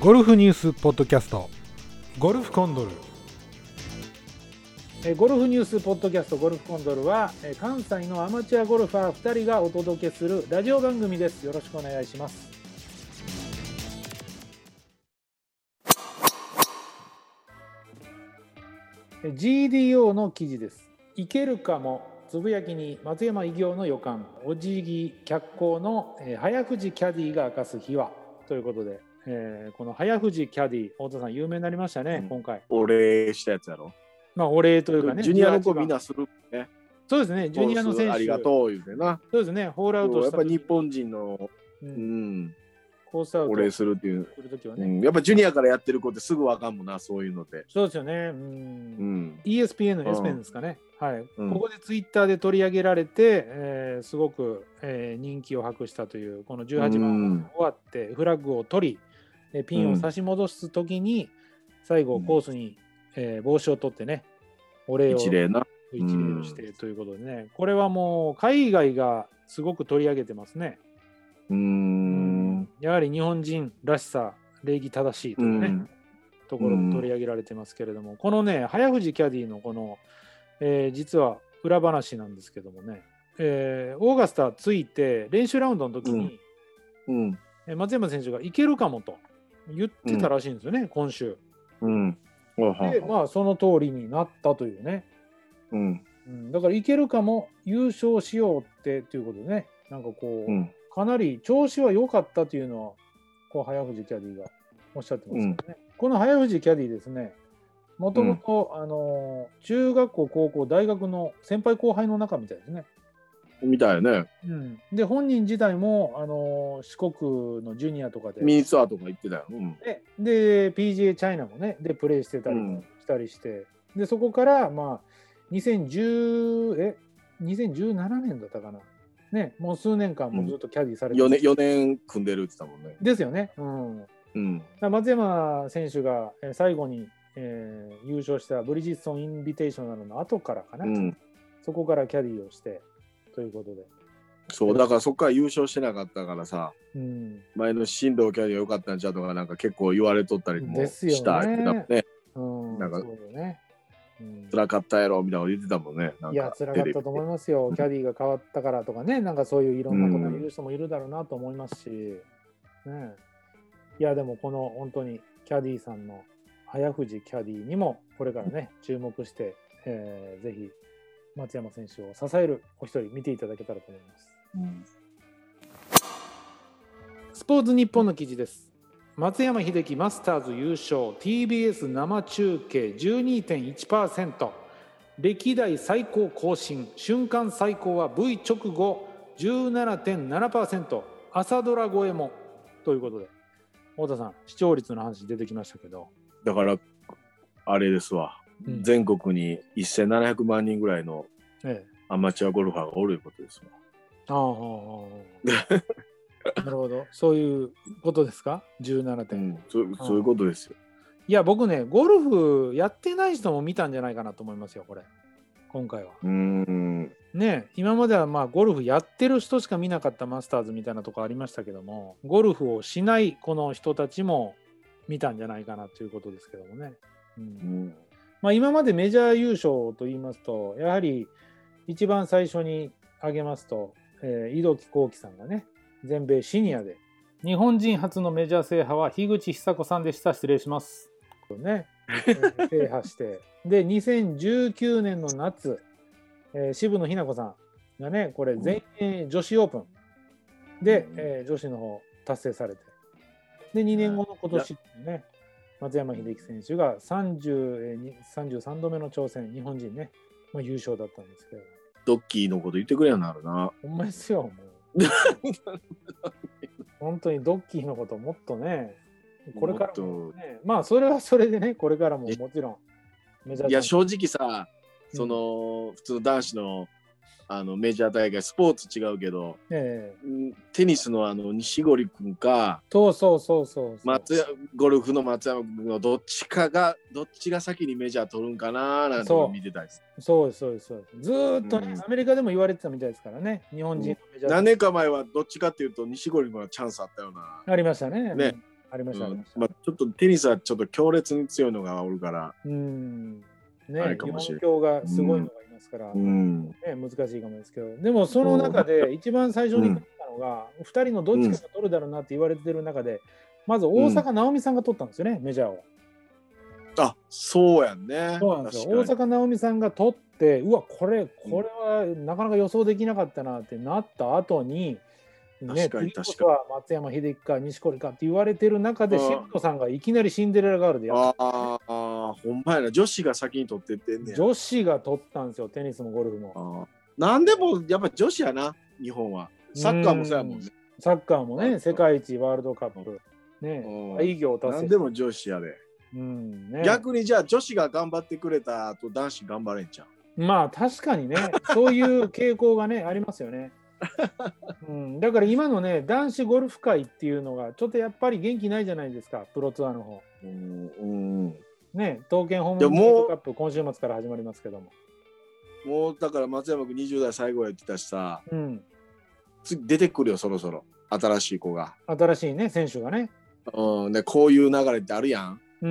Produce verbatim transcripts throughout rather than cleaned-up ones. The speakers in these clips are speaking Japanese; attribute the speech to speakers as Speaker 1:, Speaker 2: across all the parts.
Speaker 1: ゴルフニュースポッドキャストゴルフコンドル。
Speaker 2: えゴルフニュースポッドキャストゴルフコンドルはえ関西のアマチュアゴルファーふたりがお届けするラジオ番組です。よろしくお願いします。え ジーディーオー の記事です。いけるかもつぶやきに松山偉業の予感、お辞儀脚光のえ早藤キャディが明かす秘話ということで、えー、この早藤キャディ、太田さん有名になりましたね、うん、今回
Speaker 3: お礼したやつやろ。
Speaker 2: まあお礼というかね、
Speaker 3: ジュニアの子みんなするね。
Speaker 2: そうですね、ジュニアの選手
Speaker 3: ありがとう言うてな。
Speaker 2: そうですね、ホールアウトした
Speaker 3: やっぱ日本人の、
Speaker 2: うん
Speaker 3: うん、
Speaker 2: コースアウト
Speaker 3: お礼するっていう
Speaker 2: するときはね、
Speaker 3: うん、やっぱジュニアからやってる子ってすぐわかんもんな、そういうので。
Speaker 2: そうですよね、うんうん、イーエスピーエヌ の エスペンですかね、はい、うん、ここでツイッターで取り上げられて、えー、すごく、えー、人気を博したという、このじゅうはちばん終わってフラッグを取り、ピンを差し戻すときに、最後コースに、えー、帽子を取ってね、お礼を
Speaker 3: 一礼な
Speaker 2: 一礼をしてということでね、これはもう海外がすごく取り上げてますね。
Speaker 3: うーん、
Speaker 2: やはり日本人らしさ、礼儀正しいというね、うん、ところで取り上げられてますけれども、このね、早藤キャディのこの、えー、実は裏話なんですけどもね、えー、オーガスタ着いて練習ラウンドの時に、
Speaker 3: うん
Speaker 2: うん、松山選手がいけるかもと言ってたらしいんですよね、うん、今週。
Speaker 3: うん、
Speaker 2: で、まあその通りになったというね。
Speaker 3: うん
Speaker 2: うん、だからいけるかも優勝しようってということでね、なんかこう、うん、かなり調子は良かったというのはこう早藤キャディがおっしゃってますけどね、うん、この早藤キャディですね、もともとあの中学校高校大学の先輩後輩の仲みたいですね。
Speaker 3: みたいね、
Speaker 2: うん、で本人自体もあの四国のジュニアとかで
Speaker 3: ミニツアーとか行ってたよ、うん、
Speaker 2: で, で ピージーエー チャイナもねでプレーしてたりしたりして、うん、でそこからまあにせんじゅうえにせんじゅうななねんだったかなね、もう数年間もずっとキャディされてる、
Speaker 3: うん、よねん, よねん組んでるって言ったもんね。
Speaker 2: ですよね、うんうん、松山選手が最後に、えー、優勝したブリヂストンインビテーショナルの後からかな、うん、そこからキャディをしてということで、
Speaker 3: そうだからそこから優勝してなかったからさ、
Speaker 2: うん、
Speaker 3: 前の進藤キャディ良かったんちゃうとかなんか結構言われとったりもしたってね、ね、
Speaker 2: うん、なんかそうよね、
Speaker 3: 辛かったやろみたいなこと言ってたもんね。
Speaker 2: なんかいや辛かったと思いますよ。キャディが変わったからとかね、なんかそういういろんなことを言う人もいるだろうなと思いますし、ね、いやでもこの本当にキャディさんの早藤キャディにもこれからね注目して、えー、ぜひ松山選手を支えるお一人見ていただけたらと思います。うん、スポーツニッポンの記事です。松山英樹マスターズ優勝 ティービーエス 生中継 じゅうにてんいちパーセント 歴代最高更新、瞬間最高は ブイ 直後 じゅうななてんななパーセント、 朝ドラ超えもということで、太田さん視聴率の話出てきましたけど、
Speaker 3: だからあれですわ、うん、全国にせんななひゃくまんにんぐらいのアマチュアゴルファーがおることですわ。
Speaker 2: ああなるほど、そういうことですか。じゅうななてん、
Speaker 3: うん、そ, そういうことですよ。
Speaker 2: いや僕ね、ゴルフやってない人も見たんじゃないかなと思いますよ、これ今回は。
Speaker 3: うーん
Speaker 2: ね、今まではまあゴルフやってる人しか見なかったマスターズみたいなとこありましたけども、ゴルフをしないこの人たちも見たんじゃないかなということですけどもね、うんうん、まあ、今までメジャー優勝と言いますと、やはり一番最初に挙げますと、えー、井戸木浩樹さんがね、全米シニアで日本人初のメジャー制覇は樋口久子さんでした。失礼します。ね、制覇してでにせんじゅうきゅうねんの夏、えー、渋野日向子さんがね、これ全英女子オープンで、うん、えー、女子の方達成されて、でにねんごの今年ね、松山英樹選手がさんじゅう、さんじゅうさんどめの挑戦、日本人ね、まあ、優勝だったんですけど、
Speaker 3: ドッキーのこと言ってくれよなるな。
Speaker 2: ほんまですよ、もう本当にドッキーのこともっとね、これからもね、まあそれはそれでね、これからももちろん
Speaker 3: メジャー。いや正直さ、その、うん、普通の男子のあのメジャー大会スポーツ違うけど、えー、テニスのあの西堀君か、
Speaker 2: そうそうそうそう
Speaker 3: 松ゴルフの松山君のどっちかがどっちが先にメジャー取るんかななんて見てたりする。
Speaker 2: そうですそうですそうです。ずーっとね、うん、アメリカでも言われてたみたいですからね、日本人のメジャー、
Speaker 3: うん、何年か前はどっちかっていうと西堀君はチャンスあったよな。
Speaker 2: ありましたね。
Speaker 3: ね、
Speaker 2: ありました、
Speaker 3: うん
Speaker 2: ありました。
Speaker 3: まあ、ちょっとテニスはちょっと強烈に強いのがおるから、
Speaker 2: うん
Speaker 3: あ
Speaker 2: ね、
Speaker 3: れかもしれん
Speaker 2: 日本強がすごいのがいますから、
Speaker 3: うん
Speaker 2: ね、難しいかもですけど、でもその中で一番最初に取ったのが、ふたりのどっちかが取るだろうなって言われてる中で、まず大坂なおみさんが取ったんですよね、メジャーを。
Speaker 3: あ、そうやんね。
Speaker 2: そうなんですよ。大坂なおみさんが取って、うわ、これ、これはなかなか予想できなかったなってなった後に、ね、次こそは松山英樹か錦織かって言われてる中で、渋野さんがいきなりシンデレラガールでやった、ね。
Speaker 3: ああ、ほんまやな。女子が先に取ってってんねん。
Speaker 2: 女子が取ったんですよ、テニスもゴルフも。
Speaker 3: なんでもやっぱ女子やな、日本は。サッカーもそうやもんね。
Speaker 2: サッカーもね、世界一ワールドカップ。ね、大偉業達成。
Speaker 3: なんでも女子やで。
Speaker 2: うんね、
Speaker 3: 逆にじゃあ女子が頑張ってくれた後男子頑張れんちゃ
Speaker 2: う。まあ確かにね、そういう傾向がね、ありますよね。うん、だから今のね男子ゴルフ界っていうのがちょっとやっぱり元気ないじゃないですか、プロツアーの方。
Speaker 3: うんうん
Speaker 2: ね、東建ホームランワールドカップ今週末から始まりますけども。
Speaker 3: もうだから松山君にじゅう代最後やってたしさ、
Speaker 2: うん、
Speaker 3: 次出てくるよそろそろ新しい子が。
Speaker 2: 新しいね選手がね。
Speaker 3: うん、でこういう流れってあるやん。
Speaker 2: うん、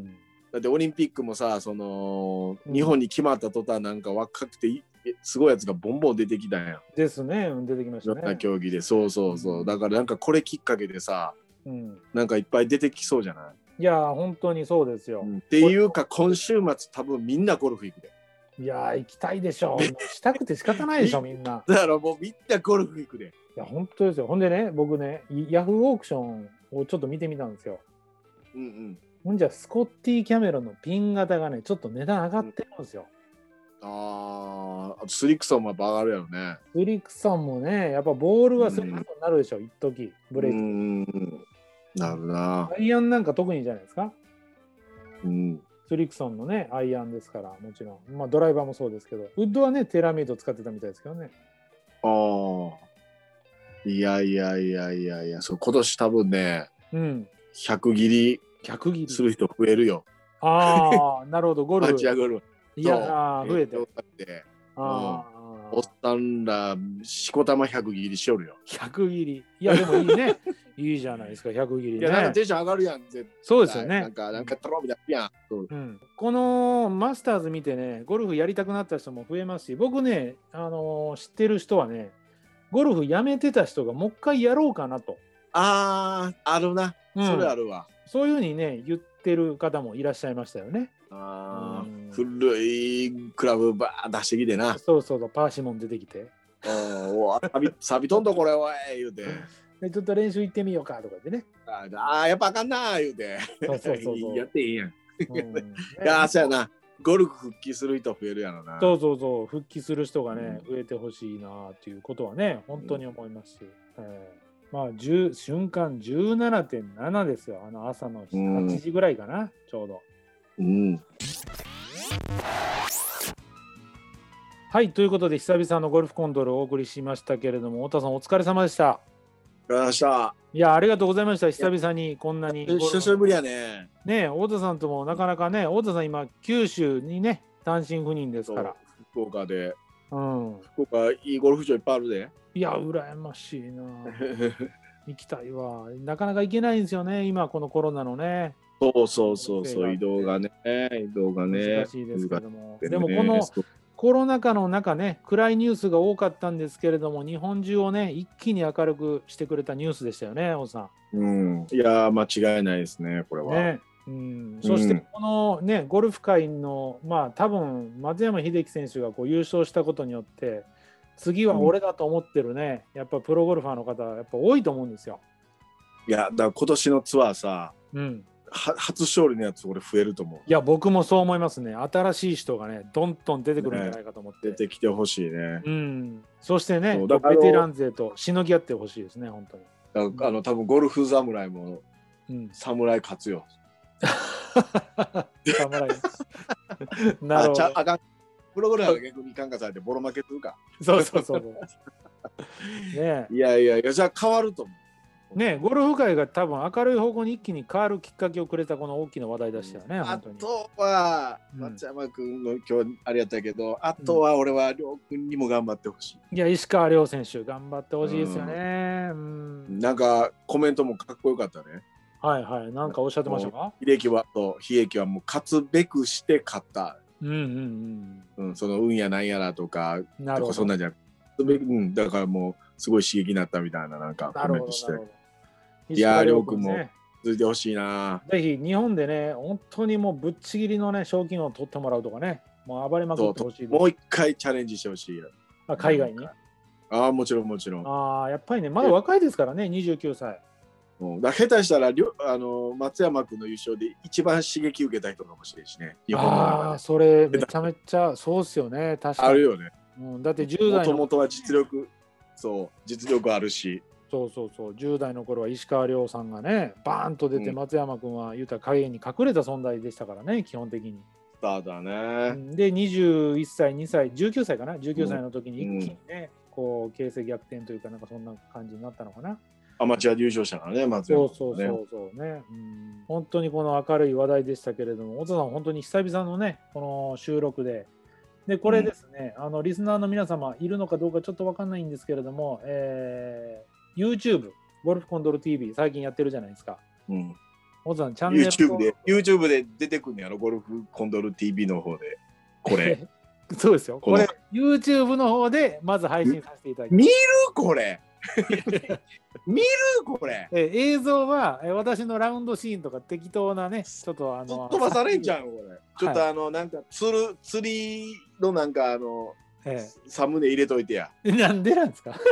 Speaker 3: だってオリンピックもさ、その、うん、日本に決まった途端なんか若くてすごいやつがボンボン出てきたんや。
Speaker 2: ですね、出てきましたね。
Speaker 3: いろんな競技で、そうそうそう。だからなんかこれきっかけでさ、
Speaker 2: うん、
Speaker 3: なんかいっぱい出てきそうじゃない？
Speaker 2: いや本当にそうですよ。
Speaker 3: うん、っていうか今週末多分みんなゴルフ行くで。
Speaker 2: いや行きたいでしょう。したくて仕方ないでしょみんな。
Speaker 3: だからもうみんなゴルフ行くで。
Speaker 2: いや本当ですよ。ほんでね、僕ねヤフーオークションをちょっと見てみたんですよ。
Speaker 3: うんうん。
Speaker 2: ほんじゃスコッティ・キャメロンのピン型がねちょっと値段上がってるんですよ。
Speaker 3: うん、ああ、スリクソンも上がるやろね。
Speaker 2: スリクソンもね、やっぱボールはスリクソンになるでしょ、うん、一時ブレイク。
Speaker 3: うんなるな。
Speaker 2: アイアンなんか特にじゃないですか。
Speaker 3: うん。
Speaker 2: スリクソンのね、アイアンですから、もちろん。まあドライバーもそうですけど、ウッドはね、テラメイド使ってたみたいですけどね。
Speaker 3: ああ。いやいやいやいやいや、そう今年多分ね、うん、ひゃく切りする人増えるよ。
Speaker 2: ああ、なるほど、ゴルフ。
Speaker 3: アゴルフ
Speaker 2: いや、増えて。
Speaker 3: あうん、おっさんらしこたまひゃく切りしよるよ。
Speaker 2: ひゃく切り。いやでもいいね。いいじゃないですか、ひゃく切り、ね。
Speaker 3: いやなんかテンション上がるやん。
Speaker 2: そうですよね。
Speaker 3: なんかなんかトロみたいなやん、
Speaker 2: うん。このマスターズ見てね、ゴルフやりたくなった人も増えますし、僕ね、あのー、知ってる人はね、ゴルフやめてた人がもう一回やろうかなと。
Speaker 3: ああ、あるな。うん、それあるわ。
Speaker 2: そういうふうにね、言ってる方もいらっしゃいましたよね。
Speaker 3: ああ、うん、古いクラブばー出してきてな。
Speaker 2: そうそうそう、パーシモン出てきて。
Speaker 3: おお、サビ、サビとんどこれおい言うて。
Speaker 2: で、ちょっと練習行ってみようかとかでね。
Speaker 3: ああ、やっぱあかんな言うて。
Speaker 2: そうそうそうそう。
Speaker 3: やっていいやん。うん、いや、そうやな。ゴルフ復帰する人増えるやろな。
Speaker 2: そうそうそう、復帰する人がね、うん、増えてほしいなっていうことはね、本当に思いますし。うんえー、まあ、瞬間 じゅうななてんなな ですよ。あの朝のはちじぐらいかな、うん、ちょうど。うん。はい、ということで久々のゴルフコンドルをお送りしましたけれども、太田さんお疲れ様でした。
Speaker 3: ありがとうございました。
Speaker 2: いや、ありがとうございました。久々にこんなに。
Speaker 3: 久しぶりやね。
Speaker 2: ねえ、太田さんともなかなかね、太田さん今、九州にね、単身赴任ですから。
Speaker 3: 福岡で。
Speaker 2: うん。
Speaker 3: 福岡、いいゴルフ場いっぱいあるで。
Speaker 2: いや、羨ましいな。行きたいわ。なかなか行けないんですよね、今、このコロナのね。
Speaker 3: そうそうそうそう、移動がね、移動がね。
Speaker 2: 難しいですけども。ね、でも、このコロナ禍の中ね、暗いニュースが多かったんですけれども、日本中をね、一気に明るくしてくれたニュースでしたよね、大さ
Speaker 3: ん。うん。いや、間違いないですね、これは。
Speaker 2: ねうん、そしてこのね、うん、ゴルフ界のまあ多分松山英樹選手がこう優勝したことによって次は俺だと思ってるね、うん、やっぱプロゴルファーの方やっぱ多いと思うんですよ。
Speaker 3: いやだから今年のツアーさ、うん、は初勝利のやつ俺増えると思う。
Speaker 2: いや僕もそう思いますね。新しい人がねどんどん出てくるんじゃないかと思って、
Speaker 3: ね、出てきてほしいね、
Speaker 2: うん、そしてねベテラン勢としのぎ合ってほしいですね本当に。
Speaker 3: だあの多分ゴルフ侍も、うん、侍勝つよ。
Speaker 2: なるほど。
Speaker 3: あかんプログラムが逆に感化されてボロ負けするか。
Speaker 2: そうそうそう。ね
Speaker 3: いやいやいやじゃあ変わると思
Speaker 2: う。ねゴルフ界が多分明るい方向に一気に変わるきっかけをくれたこの大きな話題でしたよね。うん、
Speaker 3: あとは、うん、松山君の今日ありがたいけど、あとは俺は亮君にも頑張ってほしい。
Speaker 2: いや石川遼選手頑張ってほしいですよね。うん、
Speaker 3: なんかコメントもかっこよかったね。
Speaker 2: はいはい。なんかおっしゃってましたか？
Speaker 3: 悲劇はと悲劇はもう勝つべくして勝った。
Speaker 2: うんうん
Speaker 3: うん。うん、その運やなんやらとか、
Speaker 2: なるほど。
Speaker 3: そんなんじゃなくて、うん、だからもうすごい刺激になったみたいななんかコメントして。いやー、りょうくんも続いてほしいな。
Speaker 2: ぜひ日本でね、本当にもうぶっちぎりのね、賞金を取ってもらうとかね、もう暴れまくってほしいです。
Speaker 3: もう一回チャレンジしてほしい。
Speaker 2: あ、海外に？
Speaker 3: ああ、もちろんもちろん。
Speaker 2: ああ、やっぱりね、まだ若いですからね、にじゅうきゅうさい。
Speaker 3: うん、だ下手したらりょあの松山君の優勝で一番刺激受けた人かもしれんしね。
Speaker 2: ああ、それめちゃめちゃそうっすよね、確かに。
Speaker 3: あるよね。
Speaker 2: うん、だってじゅう代の。
Speaker 3: もともとは実力、そう、実力あるし。
Speaker 2: そうそうそう、じゅう代の頃は石川遼さんがね、バーンと出て、松山君は言うたら影に隠れた存在でしたからね、基本的に。
Speaker 3: スターだね。
Speaker 2: で、にじゅういっさい、にさい、じゅうきゅうさいかな、じゅうきゅうさいの時に一気にね、うん、こう、形勢逆転というか、なんかそんな感じになったのかな。
Speaker 3: アマチュア優勝者がね、松山、
Speaker 2: ね。そうそうそうそうね、うん。本当にこの明るい話題でしたけれども、小田さん、本当に久々のね、この収録で、で、これですね、うん、あのリスナーの皆様、いるのかどうかちょっと分かんないんですけれども、えー、YouTube、ゴルフコンドル ティーブイ、最近やってるじゃないですか。
Speaker 3: うん。
Speaker 2: 小田さん、チャンネル
Speaker 3: YouTube で、YouTube で出てくるんやろ、ゴルフコンドル ティーブイ の方で。これ。
Speaker 2: そうですよ。これ、YouTube の方でまず配信させていただきます。
Speaker 3: 見るこれ見るこれ
Speaker 2: え映像はえ私のラウンドシーンとか適当なね、ちょっとあの
Speaker 3: 飛ばされんじゃんこれ、はい、ちょっとあのなんか釣る釣りのなんかあの、ええ、サムネ入れといてや。
Speaker 2: なんでなんですか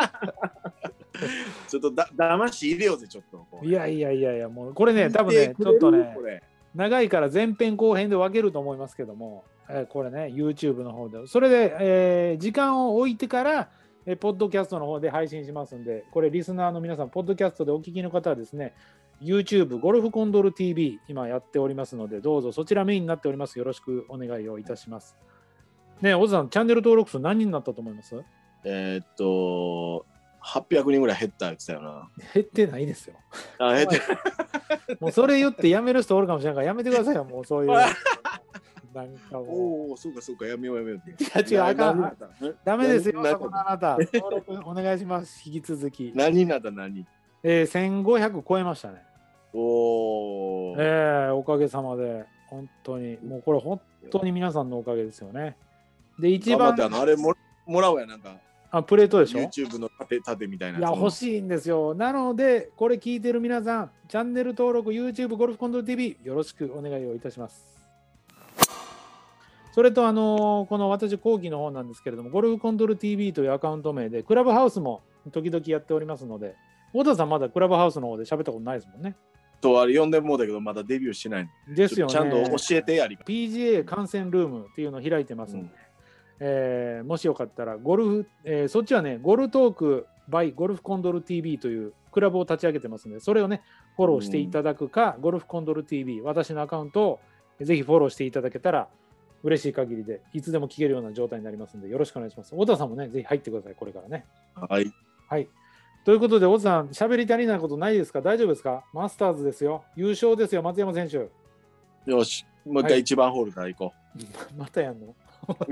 Speaker 3: ちょっとだ騙し入れようぜちょっと。
Speaker 2: いやいやいやいや、もうこれね多分ねちょっとね長いから前編後編で分けると思いますけども、えー、これね YouTube の方でそれで、えー、時間を置いてからえポッドキャストの方で配信しますんで、これリスナーの皆さん、ポッドキャストでお聞きの方はですね、YouTube ゴルフコンドル ティーブイ 今やっておりますので、どうぞそちらメインになっております。よろしくお願いをいたします。ねえ、小津さん、チャンネル登録数何人になったと思います？
Speaker 3: えー、っと、はっぴゃくにんぐらい減った言ってたよな。
Speaker 2: 減ってないですよ。
Speaker 3: あ、減って
Speaker 2: もうそれ言ってやめる人おるかもしれないからやめてくださいよ、もうそういう。なんか
Speaker 3: おお、そうかそうか、やめようやめようって。
Speaker 2: いや違う、あかん。ダメですよ、そこのあなた。登録お願いします、引き続き。
Speaker 3: 何になった何
Speaker 2: えー、せんごひゃく超えましたね。
Speaker 3: おお。
Speaker 2: えー、おかげさまで、本当に。もうこれ本当に皆さんのおかげですよね。で、一番。
Speaker 3: あのあれももらおうや、なんか。
Speaker 2: あ、プレートでしょ
Speaker 3: ?YouTube の縦縦みたいな。
Speaker 2: いや、欲しいんですよ。なので、これ聞いてる皆さん、チャンネル登録、YouTube ゴルフコンドル ティーブイ、よろしくお願いをいたします。それと、あのー、この私、講義の方なんですけれども、ゴルフコンドル ティーブイ というアカウント名で、クラブハウスも時々やっておりますので、小田さん、まだクラブハウスの方で喋ったことないですもんね。
Speaker 3: と、あれ、呼んでもうだけど、まだデビューしない
Speaker 2: の。ですよね。
Speaker 3: ちゃんと教えてやり。
Speaker 2: ピージーエー 観戦ルームっていうのを開いてますので、うんえー、もしよかったら、ゴルフ、えー、そっちはね、ゴルトーク by ゴルフコンドル ティーブイ というクラブを立ち上げてますので、それをね、フォローしていただくか、うん、ゴルフコンドル ティーブイ、私のアカウントをぜひフォローしていただけたら、嬉しい限りで、いつでも聞けるような状態になりますので、よろしくお願いします。小田さんもね、ぜひ入ってください、これからね。
Speaker 3: はい。
Speaker 2: はい。ということで、小田さん、喋り足りないことないですか？大丈夫ですか？マスターズですよ。優勝ですよ、松山選手。
Speaker 3: よし、もう一回いちばんホールから行こう。はい、
Speaker 2: またやんの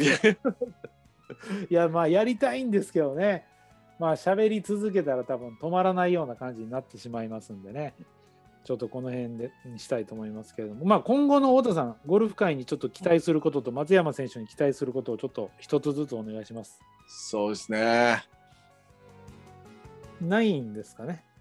Speaker 2: いや、まあ、やりたいんですけどね。まあ、喋り続けたら多分止まらないような感じになってしまいますんでね。ちょっとこの辺でにしたいと思いますけれども、まあ、今後の太田さん、ゴルフ界にちょっと期待することと、松山選手に期待することをちょっと一つずつお願いします。
Speaker 3: そうですね。
Speaker 2: ないんですかね。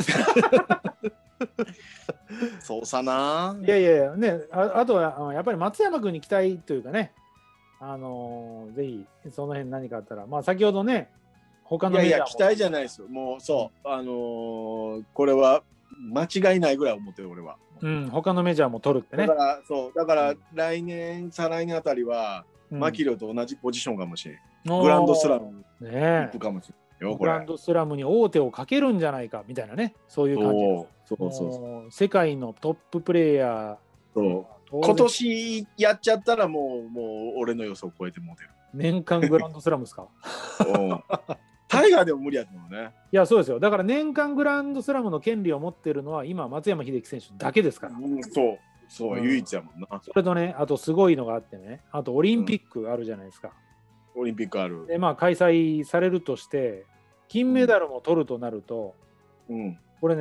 Speaker 3: そうさな。
Speaker 2: いやいやいや、ね、あ, あとはやっぱり松山君に期待というかね、あのー、ぜひその辺何かあったら、まあ、先ほどね、他のメジャーも。
Speaker 3: いやいや、期待じゃないですよ。もうそう、あのー、これは。間違いないぐらい思ってる俺は、
Speaker 2: うん、他のメジャーも取るってね。
Speaker 3: だからそうだから来年、うん、再来年あたりは、うん、マキロと同じポジションかもしれん、グランドスラム行くかもしれんよ、
Speaker 2: ね、グランドスラムに王手をかけるんじゃないかみたいなね、そういう感じです。
Speaker 3: そうそうそうそう、
Speaker 2: 世界のトッププレーヤ
Speaker 3: ー、そう今年やっちゃったらもうもう俺の予想を超えてモデル
Speaker 2: 年間グランドスラムですか
Speaker 3: タイガーでも無理やと思うね。
Speaker 2: いや、そうですよ。だから年間グランドスラムの権利を持っているのは今、松山英樹選手だけですから。
Speaker 3: うん、そう、そう、うん、唯一やもんな。
Speaker 2: それとね、あとすごいのがあってね、あとオリンピックあるじゃないですか。
Speaker 3: うん、オリンピックある。
Speaker 2: で、まあ、開催されるとして、金メダルも取るとなると、
Speaker 3: うん、
Speaker 2: これね、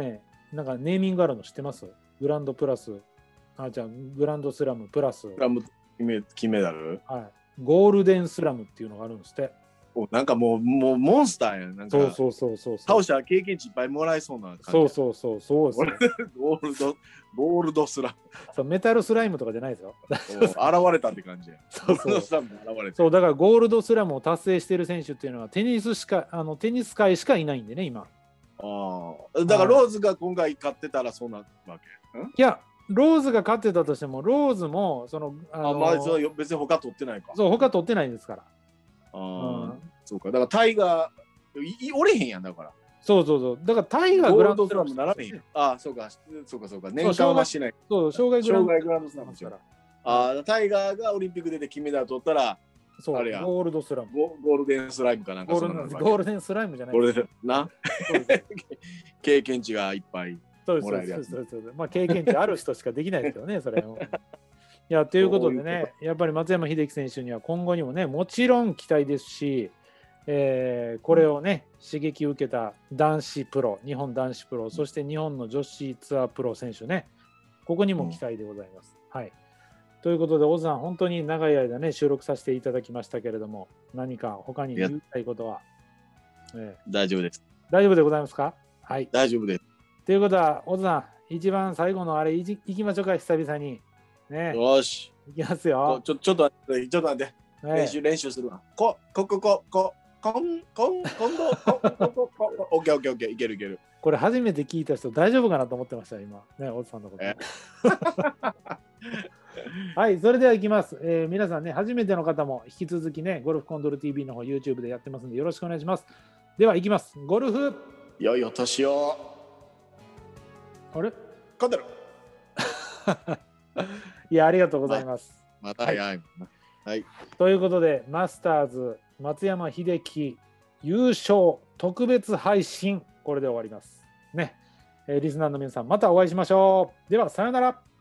Speaker 2: なんかネーミングあるの知ってます？グランドプラス、あ、じゃあグランドスラムプラス。
Speaker 3: グランド金メダル、
Speaker 2: はい。ゴールデンスラムっていうのがあるんですって。
Speaker 3: お、なんかもう、もうモンスターやん。なんか
Speaker 2: そうそうそうそう。
Speaker 3: 倒したら経験値いっぱいもらえそうな感じ。
Speaker 2: そうそうそうそうです、
Speaker 3: ね。ゴールド、ゴールドスラム。
Speaker 2: そう、メタルスライムとかじゃないですよ。
Speaker 3: 現れたって感じや。
Speaker 2: そうそう。ゴールドスラム現れた。そう、だからゴールドスラムを達成している選手っていうのはテニスしか、あのテニス界しかいないんでね、今。
Speaker 3: ああ。だからローズが今回勝ってたらそうなわけ。ん？
Speaker 2: いや。ローズが勝ってたとしても、ローズもその
Speaker 3: あのー、あ、まあ、そう別に他取ってないか。
Speaker 2: そう、他取ってないですから。
Speaker 3: ああ、うん、そうか。だからタイガーいおれへんやんだから。
Speaker 2: そうそうそう。だからタイガーグランドスラム
Speaker 3: ならへん。ああ、そうか、そうかそうか。年間はしない。
Speaker 2: そう、障害
Speaker 3: グランドスラムですから。ああ、タイガーがオリンピックで金メダル取ったら、
Speaker 2: そう、あれやゴールドスラム。
Speaker 3: ゴールデンスライムかなんか
Speaker 2: そんなの。ゴールデンスライムじゃない。
Speaker 3: な。経験値がいっぱい。
Speaker 2: そうそうそうそうそう。まあ経験値ある人しかできないですけどね、それを。いや、ということでね、やっぱり松山英樹選手には今後にもね、もちろん期待ですし、えー、これをね、刺激を受けた男子プロ、日本男子プロ、そして日本の女子ツアープロ選手ね、ここにも期待でございます。うん、はい。ということで、オズさん、本当に長い間ね、収録させていただきましたけれども、何か他に言いたいことは、
Speaker 3: えー、大丈夫です。
Speaker 2: 大丈夫でございますか？はい。
Speaker 3: 大丈夫です。
Speaker 2: ということは、オズさん、一番最後のあれ、いきましょうか、久々に。ね、
Speaker 3: よし。
Speaker 2: いきますよ。
Speaker 3: ちょ、ちょっと待って、ちょっと待って。ね、練習、練習するわ。こ、こ、こ、こ、こ、こん、こん、今度、こ、こ、こ、こ、オッケー、オッケー、オッケー、いける、いける。
Speaker 2: これ初めて聞いた人、大丈夫かなと思ってました、今。ね、オズさんのこと。はい、それではいきます。えー、皆さんね、初めての方も引き続きね、ゴルフコンドル ティーブイ の方、YouTube でやってますんで、よろしくお願いします。では、いきます。ゴルフ。
Speaker 3: よいお年を。
Speaker 2: あれ
Speaker 3: コンドル。
Speaker 2: いや、ありがとうございます。
Speaker 3: また早い。はい。はい、
Speaker 2: ということで、マスターズ松山英樹優勝特別配信、これで終わります。ね、えー、リスナーの皆さん、またお会いしましょう。では、さよなら。